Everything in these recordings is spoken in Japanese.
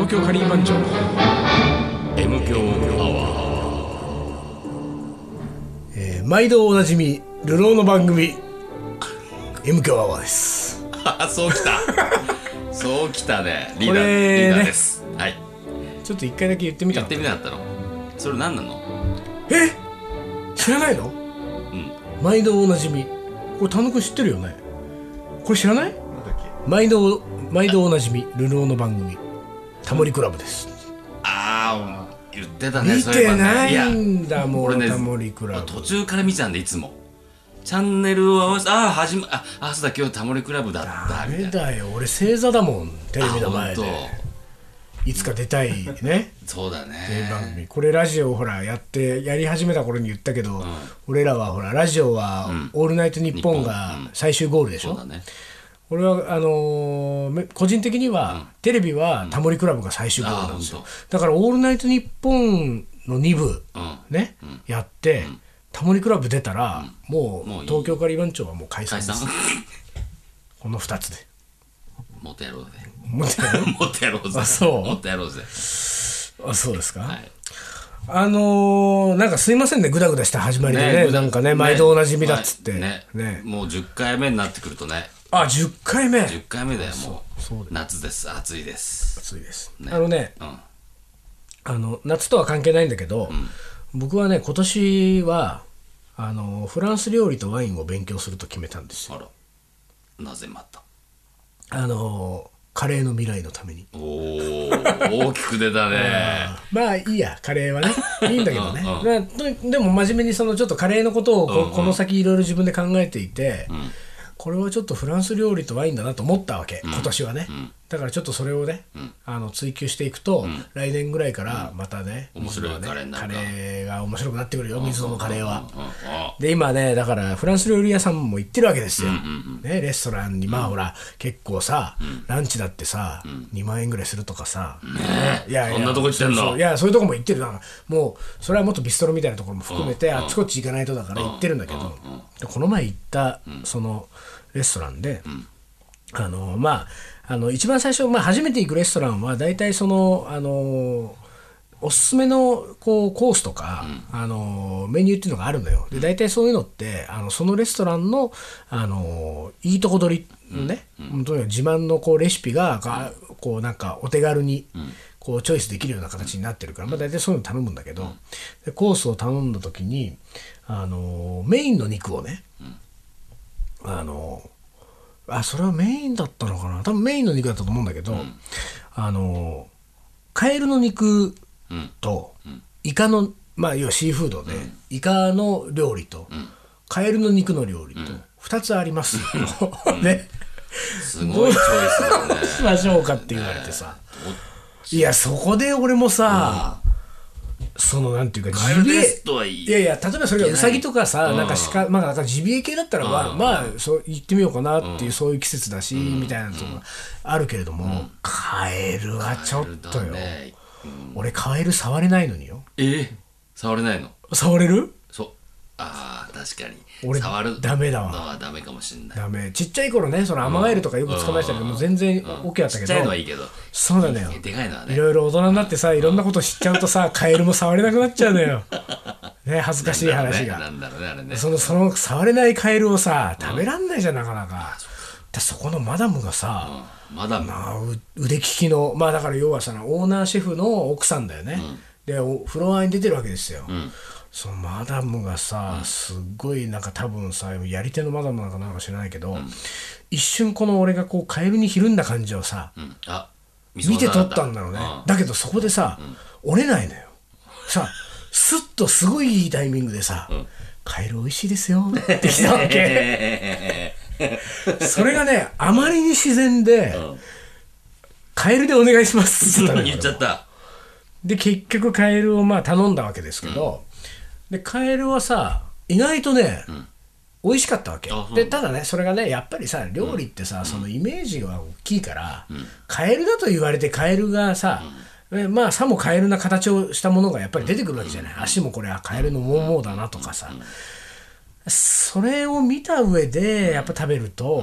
東京カリー番長 M 強アワー、 毎度おなじみ流浪の番組 M 強アワーです。 そうきたそうきたね。リーこダー、 れねリーダーです。はい、 ちょっと一回だけ言ってみたやってみなかったの。それ何なの？ 知らないの？毎度おなじみ、これ丹野くん知ってるよね。これ知らない？毎度おなじみ流浪の番組タモリクラブです。 ああ、言ってたね。 見てないいんだもん、 ね、 タモリクラブ。 途中から見てたんで、いつもチャンネルを合わせて、そうだ、今日タモリクラブだったダみたいな。 メだよ、俺正座だもん、テレビの前で。いつか出たいねそうだね。 テレビ番組、これラジオほらやり始めた頃に言ったけど、俺らはほらラジオはオールナイトニッポンが最終ゴールでしょ。 そうだね。 俺は個人的には、テレビはタモリクラブが最終ゴールなんですよ。だからオールナイトニッポンの2部、ね、やって、タモリクラブ出たら、もう東京カリー番長はもう解散です。この2つでもっとやろうぜ。 もっとやろうもっとやろうぜ。 あ、そうもっとやろうぜ。 あ、そうですか。 はい、 なんかすいませんね、グダグダした始まりでね、なんかね、毎度おなじみだっつってね、もう10回目になってくるとね。 10回目。 10回目だよ、もう。 そう夏です。暑いです。 暑いです。 ね、 夏とは関係ないんだけど、僕はね、今年はフランス料理とワインを勉強すると決めたんですよ。 あら、なぜまた？ カレーの未来のために。 大きく出たね。 まあいいや、カレーはねいいんだけどねでも真面目にちょっとカレーのことをこの先いろいろ自分で考えていて、これはちょっとフランス料理とワインだなと思ったわけ、今年はね。だからちょっとそれをね、追求していくと、来年ぐらいからまたね、 面白いカレーになるか。 カレーが面白くなってくるよ、水野のカレーは。で今ね、だからフランス料理屋さんも行ってるわけですよ、ね、レストランに。まあほら結構さ、ランチだってさ、2万円ぐらいするとかさ、 いや、そんなとこ行ってんの？ いや、そういうとこも行ってる。だからもうそれはもっとビストロみたいなところも含めて、あっちこっち行かないとだから行ってるんだけど、この前行ったそのレストランで、一番最初、初めて行くレストランは大体おすすめのコースとか、メニューっていうのがあるのよ。で大体そういうのってそのレストランの、いいとこ取りのね、本当に自慢のレシピがなんかお手軽にチョイスできるような形になってるから、大体そういうの頼むんだけど、でコースを頼んだ時にメインの肉をね、それはメインだったのかな、多分メインの肉だったと思うんだけど、カエルの肉とイカの、要はシーフードで、イカの料理と、カエルの肉の料理と2つありますよね。 すごいチョイスだね。 どうしましょうかって言われてさ、いやそこで俺もさ、なんていうか、ジビエ、いやいや、例えばそれがウサギとかさ、なんか鹿、なんかジビエ系だったらそう言ってみようかなっていう、そういう季節だし、みたいなとこがあるけれども、カエルはちょっとよ。俺カエル触れないのによ。 触れないの？ 触れる？ そう。確かに俺触るダメだわ。 のはダメかもしれない。 ダメ。ちっちゃい頃ね、アマガエルとかよく捕まえてたけど、もう全然 OK だったけど、 ちっちゃいのはいいけど、 そうだよ。 でかいのはね、 いろいろ大人になってさ、いろんなこと知っちゃうとさ、カエルも触れなくなっちゃうのよね、恥ずかしい話が。 なんだろうね、あれね。 その触れないカエルをさ、食べらんないじゃん、なかなか。でそこのマダムがさ、腕利きの、だから要はさ、オーナーシェフの奥さんだよね。でフロアに出てるわけですよ。そのマダムがさ、すっごいなんか多分さ、やり手のマダムなんかなんか知らないけど、一瞬この俺がカエルにひるんだ感じをさ、見て取ったんだろうね。だけどそこでさ、折れないのよ。さ、スッとすごいいいタイミングでさ、カエル美味しいですよって来たわけそれがね、あまりに自然で、カエルでお願いしますって言っちゃった。 で結局カエルを頼んだわけですけど、でカエルはさ、意外とね、美味しかったわけで。ただね、それがね、やっぱりさ、料理ってさ、そのイメージが大きいから、カエルだと言われてカエルがさ、さもカエルな形をしたものがやっぱり出てくるわけじゃない。足もこれはカエルのモモだなとかさ、それを見た上でやっぱ食べると、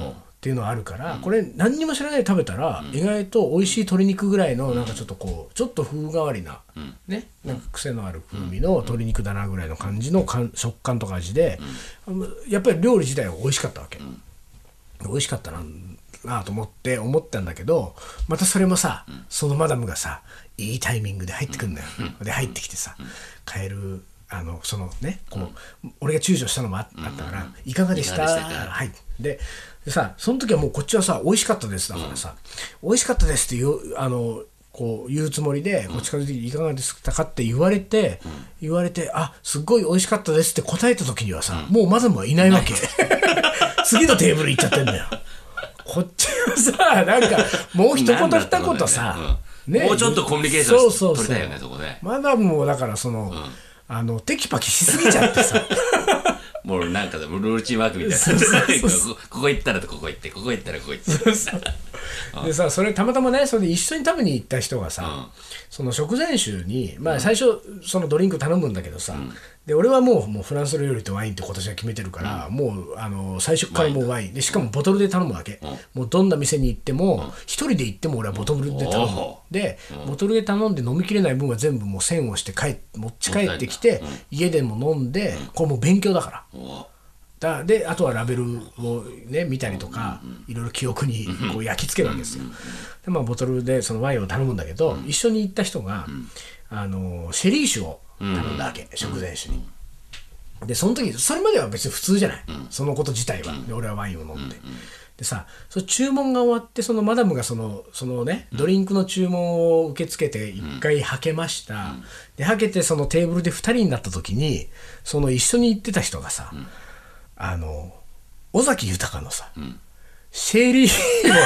っていうのはあるから、これ何にも知らないで食べたら、意外と美味しい鶏肉ぐらいのなんかちょっとこうちょっと風変わりな、ね、なんか癖のある風味の鶏肉だなぐらいの感じの食感とか味で、やっぱり料理自体は美味しかったわけ、美味しかったなと思ったんだけど、またそれもさ、そのマダムがさいいタイミングで入ってくんだよ、で入ってきてさ、カエルそのねこう、俺が躊躇したのもあったから、いかがでした？はい。でさ、その時はもうこっちはさ美味しかったですだからさ、美味しかったですってこう言うつもりでこっちからいかがでしたかって言われて、あ、すっごい美味しかったですって答えた時にはさ、もうマダムはいないわけ次のテーブル行っちゃってんだよこっちはさ、なんかもう一言二言さ、 もうちょっとコミュニケーション取りたいよね、そこで。 マダムもだからテキパキしすぎちゃってさもうなんかルーチンワークみたいなここ行ったらここ行って、ここ行ったらここ行ってでさ、それたまたまね、それで一緒に食べに行った人がさ、その食前酒に、まあ最初そのドリンク頼むんだけどさ、で俺はもうフランス料理とワインって今年は決めてるから、もう最初からもうワインで、しかもボトルで頼むわけ、もうどんな店に行っても一人で行っても俺はボトルで頼む、でボトルで頼んで飲みきれない分は全部もう栓をして持ち帰ってきて、家でも飲んで、これもう勉強だからで、あとはラベルをね見たりとか、いろいろ記憶にこう焼き付けるわけですよ。でまあボトルでそのワインを頼むんだけど、一緒に行った人がシェリー酒を頼んだわけ、食前酒に。でその時それまでは別に普通じゃない、そのこと自体は。で俺はワインを飲んで、でさ、その注文が終わって、そのマダムがそのねドリンクの注文を受け付けて一回はけました、ではけてそのテーブルで2人になった時に、その一緒に行ってた人がさ、尾崎豊のさ、シェリーをさ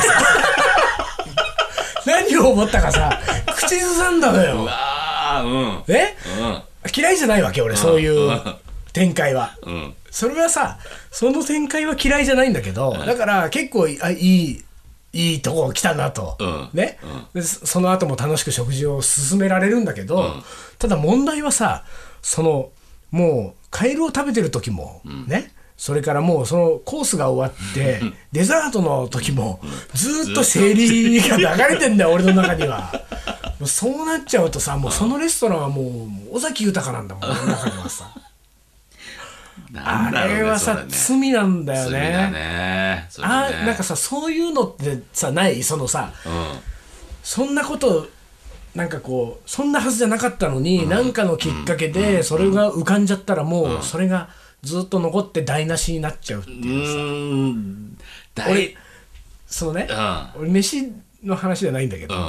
何を思ったかさ口ずさんだのよ。ね、嫌いじゃないわけ俺、そういう展開は。それはさ、その展開は嫌いじゃないんだけど、だから結構いいとこ来たなと、ね、でその後も楽しく食事を進められるんだけど、ただ問題はさ、もうカエルを食べてる時も、ね、それからもうそのコースが終わってデザートの時もずっとシェリーが流れてんだよ俺の中には。もうそうなっちゃうとさ、もうそのレストランはもう尾崎豊なんだもん俺の中にはさあれはさ、罪なんだよね。罪だね。なんかさ、そういうのってさないそのさ、そんなことなんかこうそんなはずじゃなかったのに、なんかのきっかけでそれが浮かんじゃったら、もうそれがずっと残って台無しになっちゃうっていうさ。俺そのね、俺飯の話じゃないんだけど、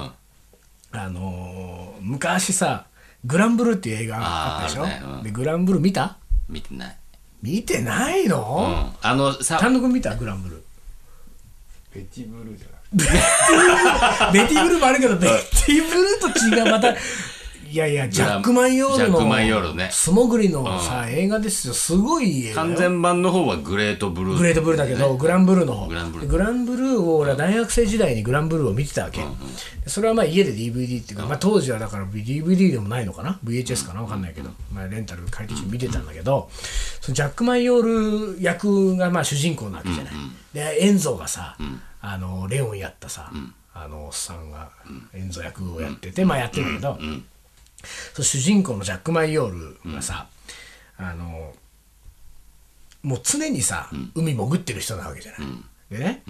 昔さグランブルーっていう映画あったでしょ。でグランブルー見た？ 見てない。 見てないの？単独見た？グランブルー。 ベティブルーじゃなくてベティブルーもあるけど、ベティブルーと違う。またいやいや、ジャックマンヨールの素潜りのさ、映画ですよ。すごい映画よ。 完全版の方はグレートブルー。 グレートブルーだけど、グランブルーの方。グランブルーを俺は大学生時代にグランブルーを見てたわけ。それはまあ家で DVD っていうか、まあ当時はだから DVD でもないのかな、 VHS かな、分かんないけど、まあレンタル借りてきて見てたんだけど、そのジャックマンヨール役がまあ主人公なわけじゃない。でエンゾがさ、レオンやったさ、おっさんがエンゾ役をやってて、まあやってるけど、そう主人公のジャック・マイヨールがさ、もう常にさ、海潜ってる人なわけじゃない。でね、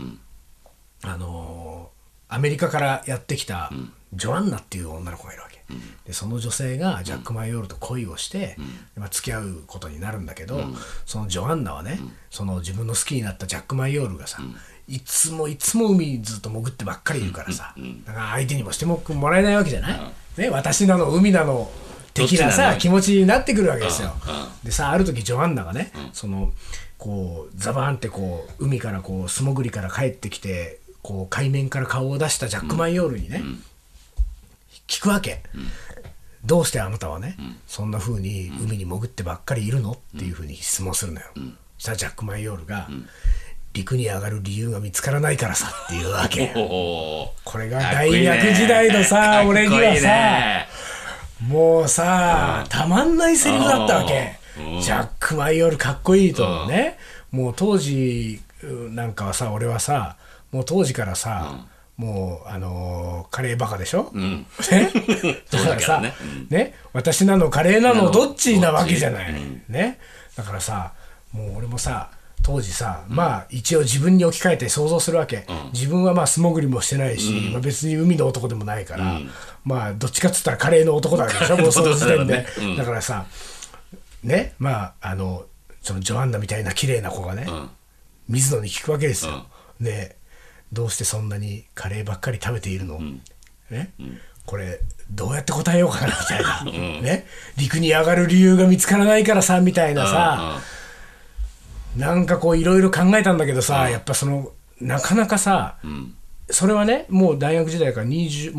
アメリカからやってきたジョアンナっていう女の子がいるわけ。でその女性がジャック・マイヨールと恋をして、付き合うことになるんだけど、そのジョアンナはね、その自分の好きになったジャック・マイヨールがさ、いつも海ずっと潜ってばっかりいるからさ、だから相手にもしてもらえないわけじゃない、ね、私なの海なの的なさ気持ちになってくるわけですよ。でさ、ある時ジョアンナがね、こうザバーンってこう海からこう素潜りから帰ってきて、こう海面から顔を出したジャック・マイヨールにね、聞くわけ、どうしてあなたはね、そんな風に海に潜ってばっかりいるのっていう風に質問するのよ。そしたらジャック・マイヨールが、陸に上がる理由が見つからないからさっていうわけ。これが大学時代のさ、俺にはさ、もうさ、たまんないセリフだったわけ。ジャック・マイヨールかっこいいとね、もう当時なんかはさ俺はさもう当時からさ、もうカレーバカでしょ、ね、だからさね、私なのカレーなのどっちなわけじゃない、ね、だからさもう俺もさ当時さ、まあ一応自分に置き換えて想像するわけ、自分はまあ素潜りもしてないし、まあ、別に海の男でもないから、まあどっちかっつったらカレーの男だわけでしょもうその時点で、だからさね、まあそのジョアンナみたいな綺麗な子がね、水野に聞くわけですよ、でどうしてそんなにカレーばっかり食べているの、ね、これどうやって答えようかなみたいな、ね、陸に上がる理由が見つからないからさみたいなさ、なんかこういろいろ考えたんだけどさ、やっぱそのなかなかさ、それはねもう大学時代からもう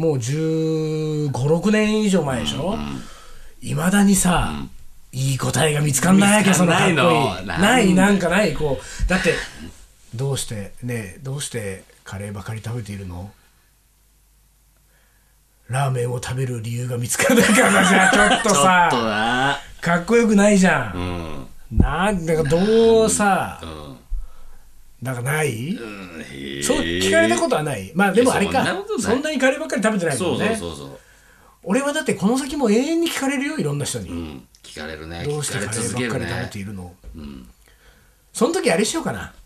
15、6年以上前でしょ、いまだにさ、いい答えが見つかんないわけ、そのかっこいいなんかないこうだってどうしてカレーばかり食べているの、ラーメンを食べる理由が見つからないからじゃあちょっとさかっこよくないじゃん、なんだかどうさ、なんかない、そう聞かれたことはない。まあでもあれか、そんなにカレーばっかり食べてないもんね。そう俺はだってこの先も永遠に聞かれるよ、いろんな人に、 聞かれるね。 どうしてカレーばっかり食べているの、その時あれしようかな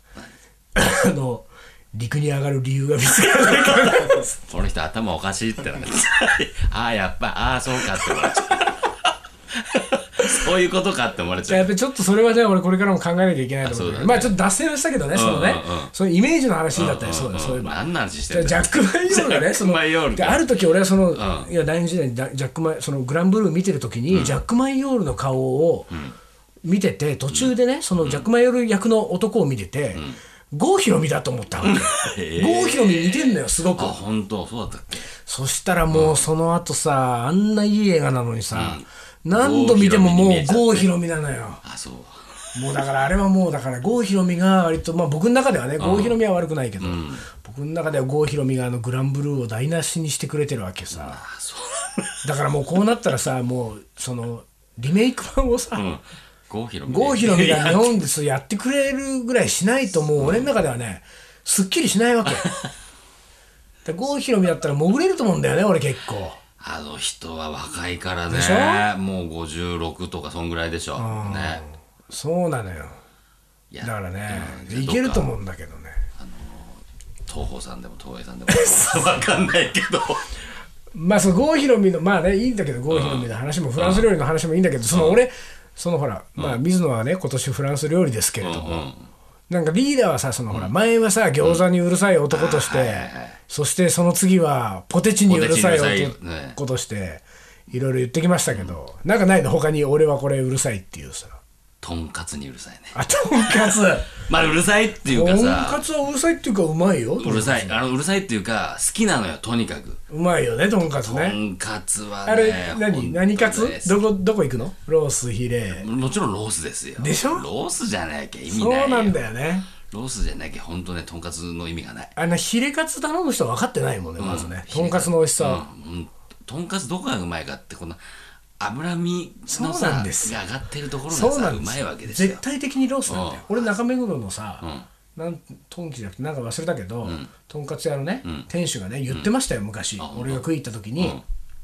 陸に上がる理由が見つからないからこの人頭おかしいってなってああやっぱそうかって思われちゃうそういうことかって思われちゃう。 やっぱりちょっとそれはじゃあ俺これからも考えなきゃいけないと思うけど、まあちょっと脱線はしたけどね、そのね、そのイメージの話だったり、そういえば何の話してるんジャック・マイヨールがね、そのある時俺はそのいや大学時代にジャックマイそのグランブルー見てる時にジャック・マイヨールの顔を見てて、途中でねそのジャック・マイヨール役の男を見てて、郷ひろみだと思ったわけ。郷ひろみ似てんのよすごく。 本当そうだったっけ。 そしたらもうその後さ、あんないい映画なのにさ、何度見てももう郷ひろみなのよ。もうだからあれはもうだから郷ひろみが割とまあ僕の中ではね、郷ひろみは悪くないけど、僕の中では郷ひろみがグランブルーを台無しにしてくれてるわけさ。だからもうこうなったらさ、もうそのリメイク版をさ、郷ひろみが日本でやってくれるぐらいしないと、もう俺の中ではねすっきりしないわけ。郷ひろみだったら潜れると思うんだよね俺結構。 あの人は若いからね、もう56とかそんぐらいでしょ、ね、 そうなのよ。だからね、いけると思うんだけどね。 東宝さんでも東映さんでも分かんないけどまあその郷ひろみのまあねいいんだけど、郷ひろみの話もフランス料理の話もいいんだけど、その俺そのほら、まあ水野はね今年フランス料理ですけれども、なんかリーダーはさ、そのほら前はさ餃子にうるさい男として、そしてその次はポテチにうるさい男としていろいろ言ってきましたけど、なんかないの他に俺はこれうるさいっていうさ。 とんかつにうるさいね。 とんかつまあうるさいっていうかさ、 とんかつはうるさいっていうかうまいよ。 うるさい、うるさいっていうか好きなのよ、とにかくうまいよねとんかつね。 とんかつはね、 あれ何カツどこ行くの？ロースヒレ。 もちろんロースですよ。 でしょ。 ロースじゃなきゃ意味ないよ。 そうなんだよね。 ロースじゃなきゃ本当ね、とんかつの意味がない。 ヒレカツ頼む人は分かってないもんね、まずね。とんかつの美味しさ、 とんかつどこがうまいかって、この脂身のさが上がってるところがさうまいわけですよ。 絶対的にロースなんだよ。俺中目黒のさ、トンキじゃなくてなんか忘れたけど、とんかつ屋のね店主がね言ってましたよ昔。俺が食い行った時に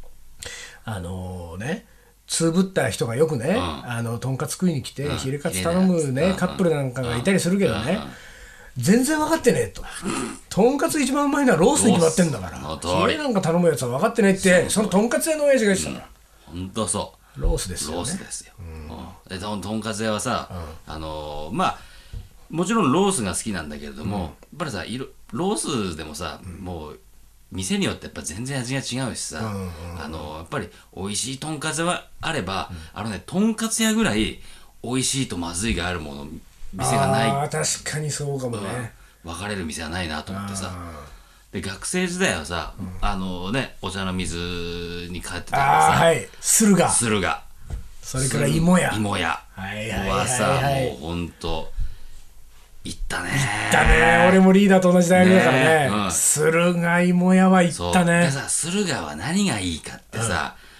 ね、つぶった人がよくねとんかつ食いに来てヒレカツ頼むねカップルなんかがいたりするけどね、全然分かってねえと。とんかつ一番うまいのはロースに決まってんだから、ヒレなんか頼むやつは分かってないって、そのとんかつ屋の親父が言ってたから。 本当そう。 ロースですよね。 ロースですよ。でとんかつ屋はさ、まあもちろんロースが好きなんだけれども、やっぱりさロースでもさ、もう店によってやっぱ全然味が違うしさ、やっぱり美味しいとんかつはあれば、とんかつ屋ぐらい美味しいとまずいがあるもの店がない。 ああ確かにそうかもね。 分かれる店はないなと思ってさ。で学生時代はさ、お茶の水に帰ってたからさ、 駿河、それから芋屋はさ、もうほんと行ったね。 俺もリーダーと同じ大学だからね。駿河芋屋は行ったね。 でさ、駿河は何がいいかってさ、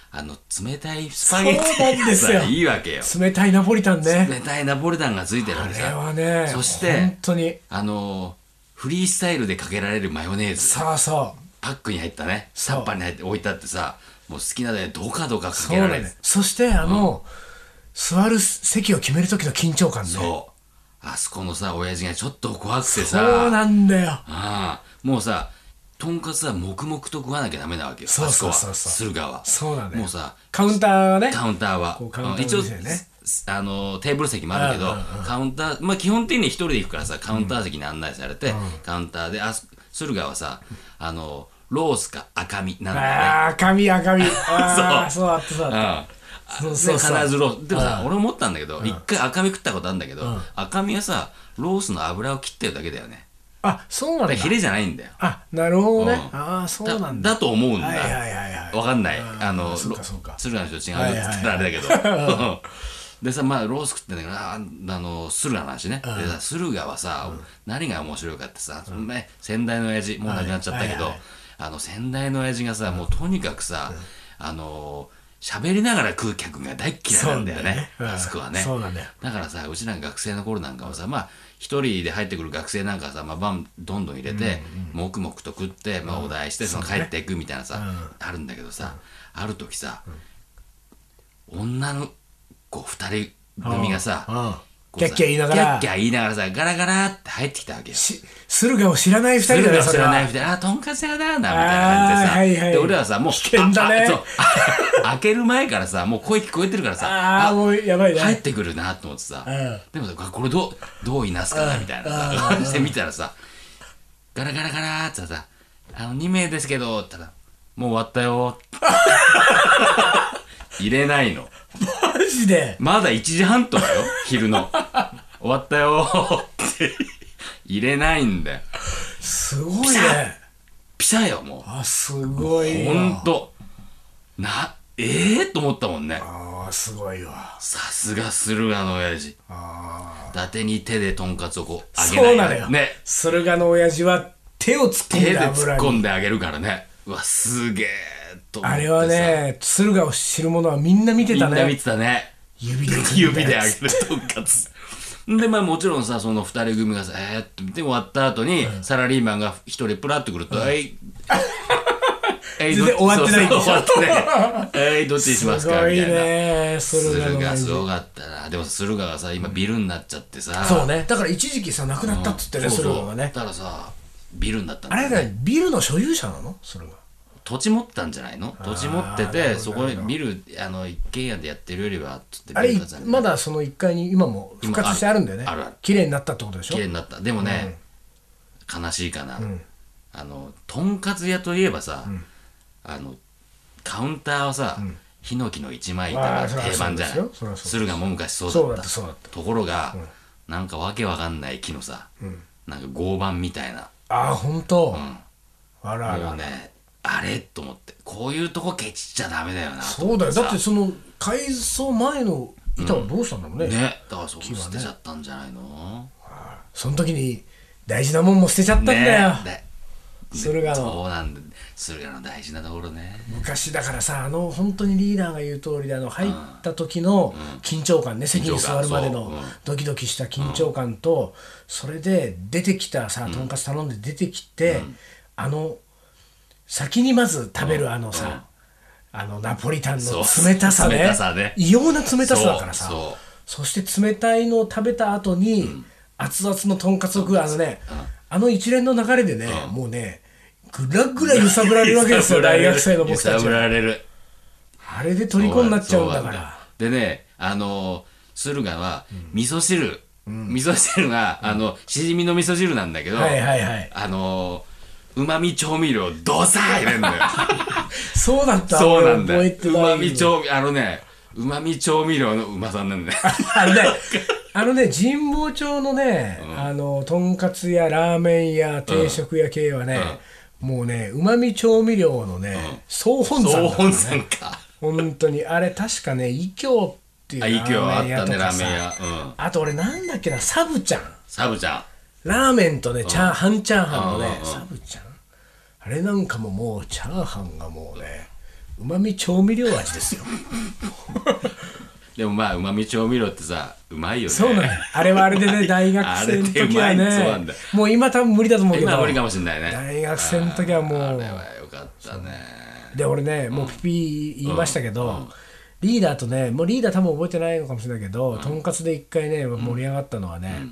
冷たいスパゲッテそうなんですよィがさいいわけよ。 冷たいナポリタンね。 冷たいナポリタンがついてるわあれけさ。 はね、 そして本当に。 フリースタイルでかけられるマヨネーズ、 そうそう。 パックに入ったね、 そうタッパーに入って置いてあってさ、もう好きなでドカドカかそうなんだよけられる。 そして座る席を決める時の緊張感ね。 そうあそこのさ親父がちょっと怖くてさ、 そうなんだよ。 もうさとんかつは黙々と食わなきゃダメなわけよ。 そうそうそうそうあそこは駿河はそうなんだよ。 もうさカウンターはね。 カウンターはこうカウンター一応の店ねテーブル席もあるけど、カウンター基本的に一人で行くからさカウンター席に案内されて、カウンターで駿河はさロースか赤身なんだよね。 赤身。そうあったそうあった。 必ずロースでもさ俺思ったんだけど一回赤身食ったことあるんだけど、赤身はさロースの油を切ってるだけだよね。 そうなんだ。 ヒレじゃないんだよ。 なるほどね。そうなんだ。 だと思うんだ。わかんない。 そうか。 駿河の人違うって言ったらあれだけど。でさ、ロース食ってんだけど、駿河の話ね。でさ、駿河はさ、何が面白いかってさ、先代の親父、もう亡くなっちゃったけど、先代の親父がさ、もうとにかくさ、喋りながら食う客が大っ嫌いなんだよね。あそこはね。 そうなんだよ。 だからさ、うちらが学生の頃なんかはさ、一人で入ってくる学生なんかはさ、バンどんどん入れて、黙々と食って、お題して、帰っていくみたいなさ、あるんだけどさ、ある時さ、女の子2人組がさ、 キャッキャ言いながら、 キャッキャ言いながらさ、ガラガラって入ってきたわけよ。 駿河を知らない2人だね、 知らない2人、とんかつ屋だな、みたいな感じでさ、で、俺らさ、もう、 危険だね。 開ける前からさ、もう声聞こえてるからさ、 もうやばいね。 入ってくるなと思ってさ、でもさ、これどういなすかなみたいなさ、感じで見たらさ、ガラガラガラってさ、2名ですけど、って言ったら、もう終わったよ。入れないの。 マジでまだ1時半とかよ、昼の。終わったよって入れないんだよ。 すごいね。 ピシャよ、もう。 すごいわ。ほんと。と思ったもんね。 すごいわ。 さすが駿河の親父。伊達に手でとんかつをこう揚げない。 そうなのよ。 ね。 駿河の親父は手を突っ込んで手で突っ込んであげるからね。うわ、すげえと思ってさ。 あれはね、駿河を知る者はみんな見てたね。 みんな見てたね。指で揚げるとんかつ。で、もちろんさ、その二人組がさ、って見て終わった後に、サラリーマンが一人プラッと来ると、 全然終わってないんでしょ。 終わってね。どっちにしますかみたいな。 すごいね、 駿河すごかったな。でも駿河がさ、今ビルになっちゃってさ。 そうね。だから一時期さ、なくなったっつってね、駿河がね。 だからさ、ビルになったんだよね。 あれだね、ビルの所有者なの駿河。 土地持ったんじゃないの？土地持ってて、そこにビル、一軒家でやってるよりは、つってあれ、まだその1階に今も復活してあるんだよね。 あるある。 綺麗になったってことでしょ？ 綺麗になった。でもね、悲しいかな。とんかつ屋といえばさ、カウンターはさ、ヒノキの一枚板が定番じゃない。駿河も昔そうだった。ところが、なんかわけわかんない木のさ、なんか合板みたいな。 ほんと。あらあら。 もうね、あれと思って、こういうとこケチっちゃダメだよな。 そうだよ。だってその改装前の板はどうしたんだろうね。 ね、だからそこ捨てちゃったんじゃないの？ その時に大事なもんも捨てちゃったんだよ。駿河の。 そうなんだ。駿河の大事なところね。 昔だからさ、本当にリーダーが言う通りで、入った時の緊張感ね、席に座るまでのドキドキした緊張感と、それで出てきたさ、とんかつ頼んで出てきて、先にまず食べるさ、ナポリタンの冷たさね、異様な冷たさだからさ、そして冷たいのを食べた後に、熱々のとんかつを食う、一連の流れでね、もうね、ぐらぐら揺さぶられるわけですよ、大学生の僕たちは。揺さぶられる。あれで虜になっちゃうんだから。 でね、駿河は、味噌汁が、しじみの味噌汁なんだけど、うまみ調味料ドサー入れんのよ。 そうだった。 そうなんだよ。うまみ調味料のうまさなんだよ。 神保町のね、とんかつやラーメンや定食屋系はね、もうね、うまみ調味料のね、総本山。総本山か。本当に。あれ確かね、異郷っていうラーメン屋とかさ、あと俺なんだっけな、サブちゃん。ラーメンとね、半チャーハンのね、サブちゃん。あれなんかももうチャーハンがもうね、 うまみ調味料味ですよ。 でもまあうまみ調味料ってさうまいよね。 そうなんだよ。あれはあれでね、大学生の時はあれってうまいそうなんねだ、 もう今多分無理だと思うけど、 今は無理かもしれないね。 大学生の時はもう、 あれはよかったね。 で俺ね、もうピピ言いましたけど、リーダーとね、もうリーダー多分覚えてないのかもしれないけど、とんかつで一回ね盛り上がったのはね、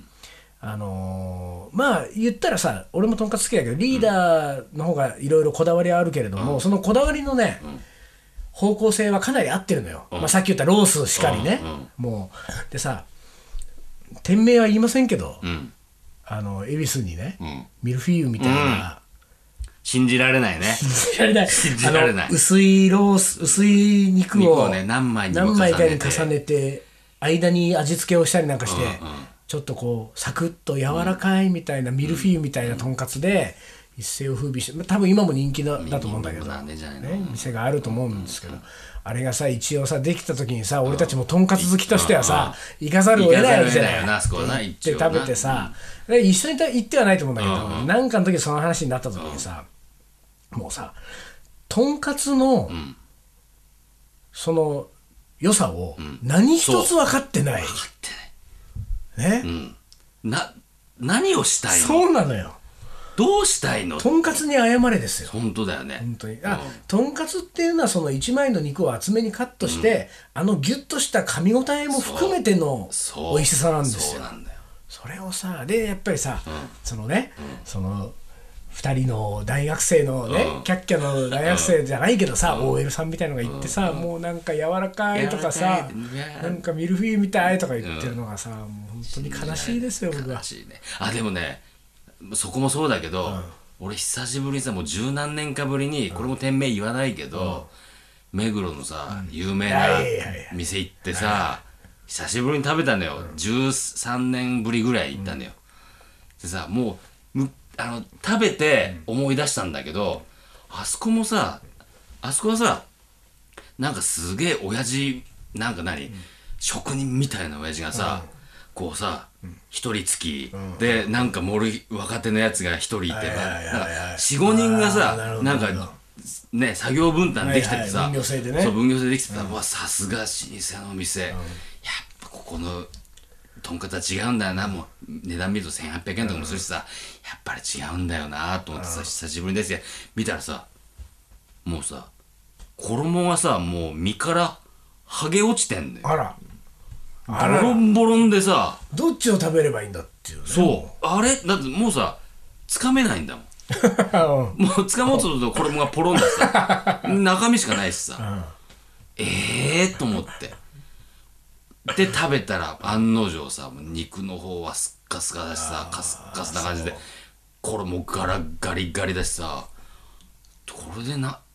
まあ言ったらさ、俺もとんかつ好きだけどリーダーの方がいろいろこだわりはあるけれども、そのこだわりのね、方向性はかなり合ってるのよ、まあ、さっき言ったロースしかりね、もうでさ、店名は言いませんけど、恵比寿にね、ミルフィーユみたいな、 信じられないね。 信じられない、 信じられない。 薄いロース、薄い肉をね、何枚かに重ねて、間に味付けをしたりなんかして、ちょっとこうサクッと柔らかいみたいな、ミルフィーユみたいなとんかつで一世を風靡して、多分今も人気だと思うんだけど、店があると思うんですけど、あれがさ一応さできた時にさ、俺たちもとんかつ好きとしてはさ、行かざるを得ないわけじゃない。行って食べてさ、一緒に行ってはないと思うんだけど、なんかの時その話になった時にさ、もうさ、とんかつのその良さを何一つ分かってない。ね、 何をしたいの？ そうなのよ。 どうしたいの？ とんかつに謝れですよ。 本当だよね。 本当に。とんかつっていうのはその1枚の肉を厚めにカットして、ギュッとした噛み応えも含めての美味しさなんですよ。それをさ、でやっぱりさ、そのね、その2人の大学生のね、キャッキャの大学生じゃないけどさ、OL さんみたいのが言ってさ、もうなんか柔らかいとかさ、なんかミルフィーユみたいとか言ってるのがさ、もう本当に悲しいですよ、僕は。 悲しいね。でもね、そこもそうだけど、俺久しぶりにさ、もう十何年かぶりに、これも店名言わないけど、目黒のさ、有名な店行ってさ、久しぶりに食べたのよ。13年ぶりぐらい行ったのよ。でさ、もう食べて思い出したんだけど、あそこもさ、あそこはさ、なんかすげえ親父、なんか職人みたいな親父がさ、こうさ、一人つきで、なんか若手のやつが一人いて、4、5人がさ、なんかね、作業分担できててさ、 分業制でね、 そう分業制できてた。さすが老舗の店、やっぱここのとんかつは違うんだよな。もう値段見ると1800円とかもするしさ、やっぱり違うんだよなと思ってさ、久しぶりですよ見たらさ、もうさ、衣がさ、もう身から剥げ落ちてんのよ。ボロンボロンでさ、 どっちを食べればいいんだっていうね。 そう、あれだってもうさ、つかめないんだもん。もうつかもうとすると衣がポロンだしさ、中身しかないしさ、と思ってで食べたら、案の定さ、肉の方はスッカスカだしさ、カスカスな感じで、衣ガリガリだしさ、これで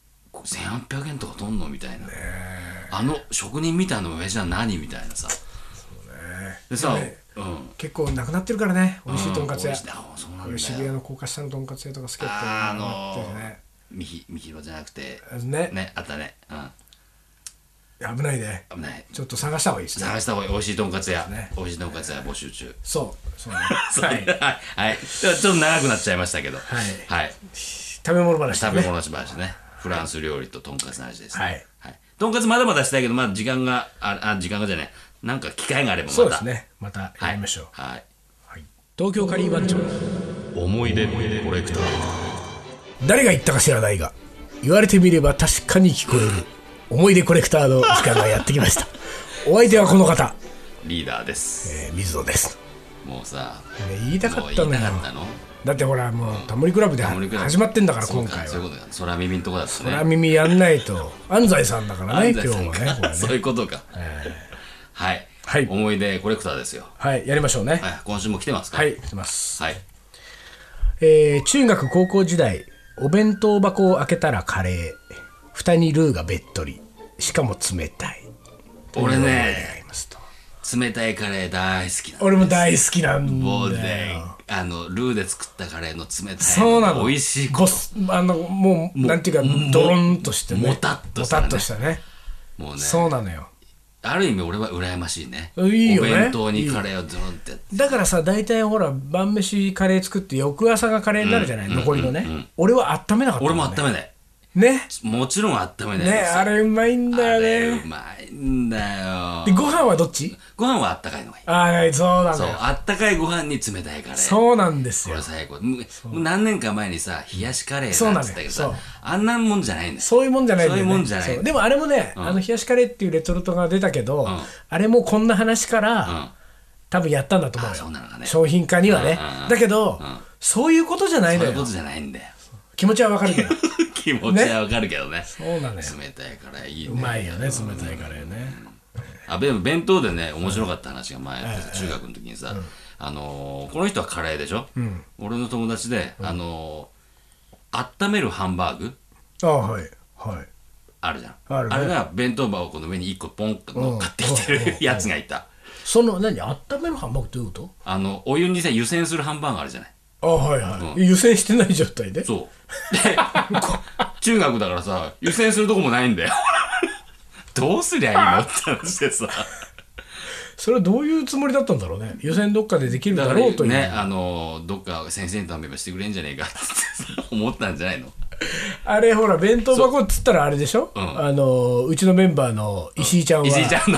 1800円とかとんのみたいな、職人みたいな親父は何みたいなさ。でさ、 結構なくなってるからね、美味しいとんかつ屋。渋谷の高架下のとんかつ屋とか好きだったよ。 みひろじゃなくてね、 あったね。 危ないね。ちょっと探した方がいいですね。 探した方がいい。美味しいとんかつ屋、美味しいとんかつ屋募集中。 そうね。 はい。ちょっと長くなっちゃいましたけど、はい。 食べ物話ね。フランス料理ととんかつの話ですね。とんかつまだまだしたいけど、時間がじゃない、なんか機会があればまた。 そうですね。またやりましょう。東京カリー番長思い出コレクター。 誰が言ったか知らないが、言われてみれば確かに聞こえる思い出コレクターの時間がやってきました。お相手はこの方、 リーダーです。 水野です。 もうさ、 言いたかったのよ。だってほら、もうタモリクラブで始まってんだから、今回は。 そういうことだ。空耳のとこだったね。 空耳やんないと。安西さんだからね、今日もね。 そういうことか。はい。思い出コレクターですよ。 はい、やりましょうね。 今週も来てますか？ はい、来てます。 はい。 中学高校時代、お弁当箱を開けたらカレー、蓋にルーがべっとり、しかも冷たい。 俺ね、冷たいカレー大好きなの。 俺も大好きなんだよ。 もうね、ルーで作ったカレーの冷たいの美味しいこと。 もうなんていうか、ドロンとしてね、 もたっとしたね。 もうね、 そうなのよ。 ある意味俺は羨ましいね。 いいよね。 お弁当にカレーをドロンってやって。 だからさ、大体ほら晩飯カレー作って翌朝がカレーになるじゃない、残りのね。俺は温めなかった。 俺も温めない。 ねもちろん温めないですよね、あれうまいんだよあれうね。 まいんだよ。 でご飯はどっち？ ご飯はあったかいのがいい。 ああ、そうなんそう、 だよ。 あったかいご飯に冷たいカレー。 そうなんですよこれ。最高。もう何年か前にさ、冷やしカレーそうなのよだっつったけどさそう、 あんなもんじゃないんだよ。 そういうもんじゃないんだよね。 そういうもんじゃないそうでもあれもね、冷やしカレーっていうレトルトが出たけど、あれもこんな話から、多分やったんだと思うあそうよ。 なのかね商品化にはねうん。 だけど、そういうことじゃないのよそういうこと。じゃないんだよ。 気持ちはわかるけど。 気持ちはわかるけどね。 そうなのよ。 冷たいからいいね。 うまいよね、冷たいカレーね。 あ、でも弁当でね、面白かった話が前あってさ、中学の時にさ、この人はカレーでしょ、俺の友達で、温めるハンバーグああ、はい。はい。 あるじゃん。 あるねれが弁当箱の上に1個ポンと乗っかってきてるやつがいた。 温めるハンバーグってどういうこお湯にさ、湯煎するハンバーグあるじゃない。 と？ああ、はいはい。湯煎してない状態で？ そう。で、中学だからさ、湯煎するとこもないんだよ。どうすりゃいいのって話でさ。 それはどういうつもりだったんだろうね。湯煎どっかでできるだろうという。 ね、どっか先生に頼めばしてくれんじゃねえかって思ったんじゃないの。 あれほら弁当箱っつったらあれでしょ、うちのメンバーの石井ちゃんは、 石井ちゃんの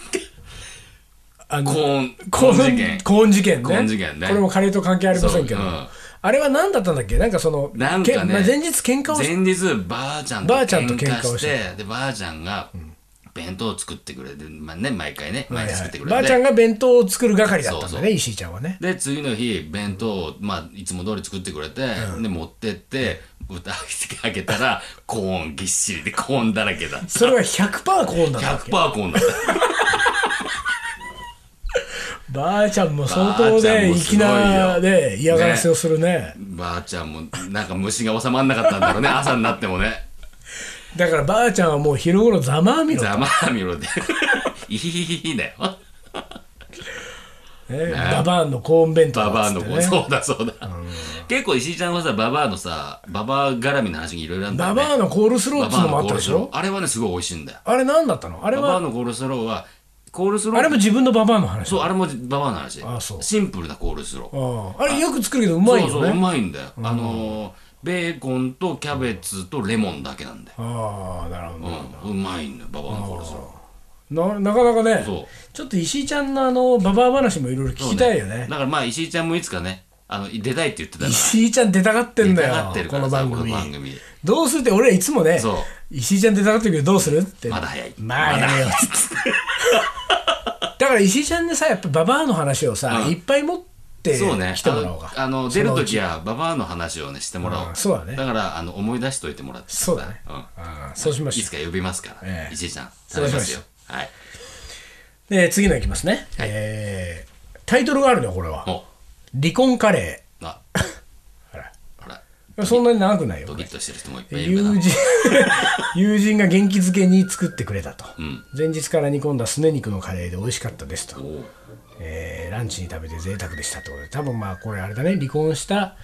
コーン事件コーン事件ね。 コーン事件ねこれもカレーと関係ありませんけど、 そうあれは何だったんだっけ？なんかなんかね、 前日喧嘩を前日ばあちゃんとばあちゃんと喧喧嘩をし嘩してて、でばあちゃんが弁当を作ってくれて、毎回ね、毎日作ってくれて、 ばあちゃんが弁当を作る係だったんだね、 そうそう石井ちゃんはね。 で次の日弁当を、いつも通り作ってくれて、で持ってって蓋開けたらコーンぎっしりでコーンだらけだった。 それは 100% コーンだったっ 100% け？ コーンだった。 ばあちゃんも相当ね粋なね嫌がらせをするね。 ばあちゃんもなんか虫が収まんなかったんだろうね。朝になってもね。 だからばあちゃんはもう昼頃ざまあみろと、 ざまあみろでイヒヒヒヒだよ。 ババアのコーン弁当ババアのっつってね。 そうだそうだ。結構石井ちゃんはさ、ババアのさ、ババア絡みの話にいろいろあるんだよね。 ババアのコールスローっつうのもあったでしょ？ あれはねすごい美味しいんだよ。 あれ何だったの？あれババアはのコールスローはコールスローあれも自分のババアの話。 そう、あれもババアの話。 あそうシンプルなコールスロー。 あれよく作るけどうまいよね。 そうそううまいんだよ。ベーコンとキャベツとレモンだけなんだよ。 ああなるほど、 うまいんだよババアのコールスロー。 なかなかねそうちょっと石井ちゃんのババア話もいろいろ聞きたいよね。 だから石井ちゃんもいつかね出たいって言ってたから。 石井ちゃん出たがってんだ出たがよってるからさこの番組。 この番組どうするって俺はいつもねそう石井ちゃん出たがってるけどどうするってまだ早いまあやめようっつってだから石井ちゃんでさやっぱババアの話をさ、いっぱい持ってそうね来てもらおうか。 出るときはババアの話をねしてもらおう。 そうだね。 だから思い出しといてもらってそうだね。そうしましょう。 いつか呼びますから、石井ちゃんそうしましょう。 はい。 で次のいきますね、タイトルがあるねこれは。離婚カレー。 あほらそんなに長くないよ。 ドキッとしてる人もいっぱいいるから友人が元気づけに作ってくれたと、前日から煮込んだすね肉のカレーで美味しかったですと、ランチに食べて贅沢でしたってことで、多分これあれだね、離婚して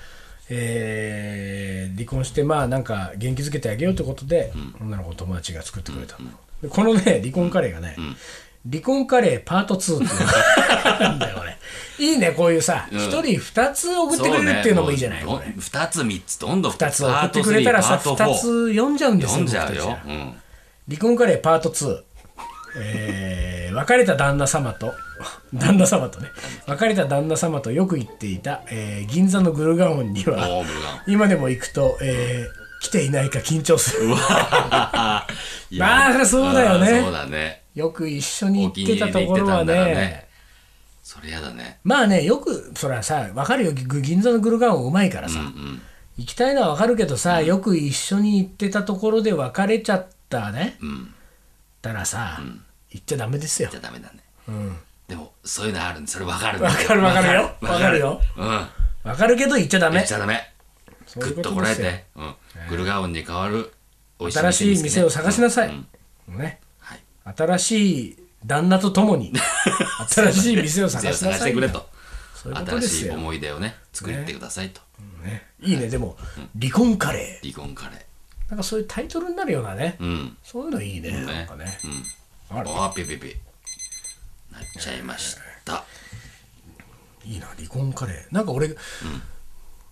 なんか元気づけてあげようということで、女の子の友達が作ってくれた、でこのね離婚カレーがね、離婚カレーパート2っていうのがなんだよね。いいねこういうさ、一人2つ送ってくれるっていうのもいいじゃない。これ 2つ3つどんどん 2つ送ってくれたらさ2つ読んじゃうんですよ。 読んじゃうよ。 離婚カレーパート2、別れた旦那様とね別れた旦那様とよく行っていた、銀座のグルガオンには今でも行くと、来ていないか緊張する。まあそうだよね。 そうだね。 よく一緒に行ってたところはね、 それやだね。 まあね、よくそれはさ分かるよ、銀座のグルガオンうまいからさ、行きたいのは分かるけどさ、よく一緒に行ってたところで別れちゃったね、たらさ、行っちゃダメですよ。 行っちゃダメだね。でもそういうのあるんで、それ分かる。 分かるよ。分かるけど行っちゃダメ。 行っちゃダメ。ぐっとこらえて、グルガオンに代わる新しい店を探しなさい。ね。新しい旦那とともに新しい店を探しなさい。 くれと。 新しい思い出をね作ってくださいと。 いいね。でも離婚カレー。 離婚カレー。 なんかそういうタイトルになるようなね。そういうのいいね。なんかね。 ピピピなっちゃいました。 いいな離婚カレー。なんか俺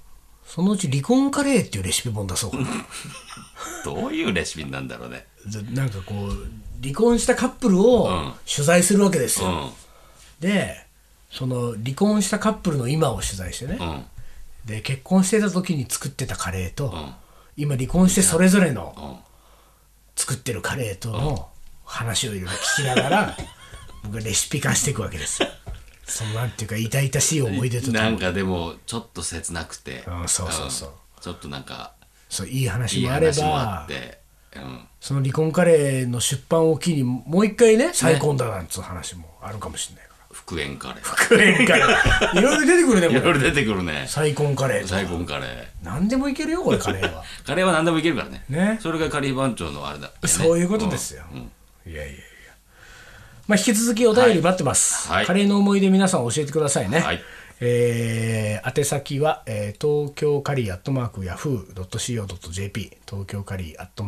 そのうち離婚カレーっていうレシピ本出そうかなどういうレシピなんだろうね。 なんかこう離婚したカップルを取材するわけですよ、でその離婚したカップルの今を取材してね、で結婚してた時に作ってたカレーと、今離婚してそれぞれの作ってるカレーとの話をいろいろ聞きながら僕がレシピ化していくわけですよ。そのなんていうか痛々しい思い出となんかでもちょっと切なくて、 そうそうそう、 ちょっとなんかそういい話もあれば、 いい話もあって、 その離婚カレーの出版を機にもう一回ね再婚だなんつう話もあるかもしれないから、 復縁カレー、 復縁カレーいろいろ出てくるね、これいろいろ出てくるね。 再婚カレー、 再婚カレー何でもいけるよこれカレーはカレーは何でもいけるからね。 ね、 それがカリー番長のあれだ、ね、 そういうことですよ、いやいやいや、まあ、引き続きお便り待ってます、カレーの思い出皆さん教えてくださいね、宛先は、東京カリー@yahoo.co.jp 東京カリー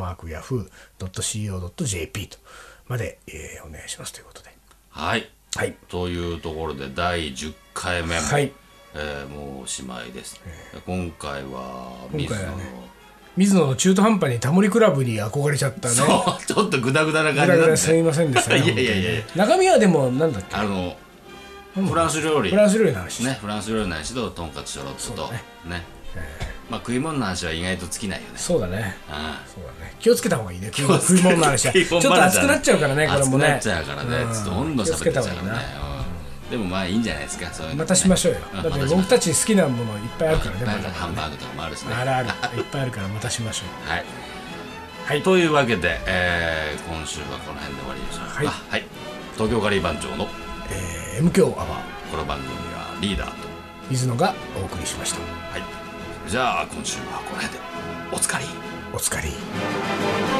@yahoo.co.jp とまで、お願いしますということで、 はい、はい、というところで第10回目も、もうおしまいです、今回は水野の中途半端にタモリクラブに憧れちゃったね。 そうちょっとグダグダな感じなんで、 すみませんでした、ね、 いやいやいや、 中身はでもなんだっけ、 フランス料理、 フランス料理の話ね、フランス料理の話ととんかつショロットとね、まあ食い物の話は意外と尽きないよね。 そうだね、そうだね、気をつけた方がいいね、食い物の話はちょっと熱くなっちゃうからね、これもね、 熱くなっちゃうからね、ちょっとどんどん喋ってっちゃうからね。でもまあいいんじゃないですか、そういうのまたしましょうよ。だって僕たち好きなものいっぱいあるからね、 ハンバーグとかもあるしね、 あるあるいっぱいあるからまたしましょう。 はい、というわけで、今週はこの辺で終わりましょうか。はい、東京カリー番長の M 強アワー、 この番組はリーダーと水野がお送りしました。 はい、じゃあ今週はこの辺でおつかり。 おつかり。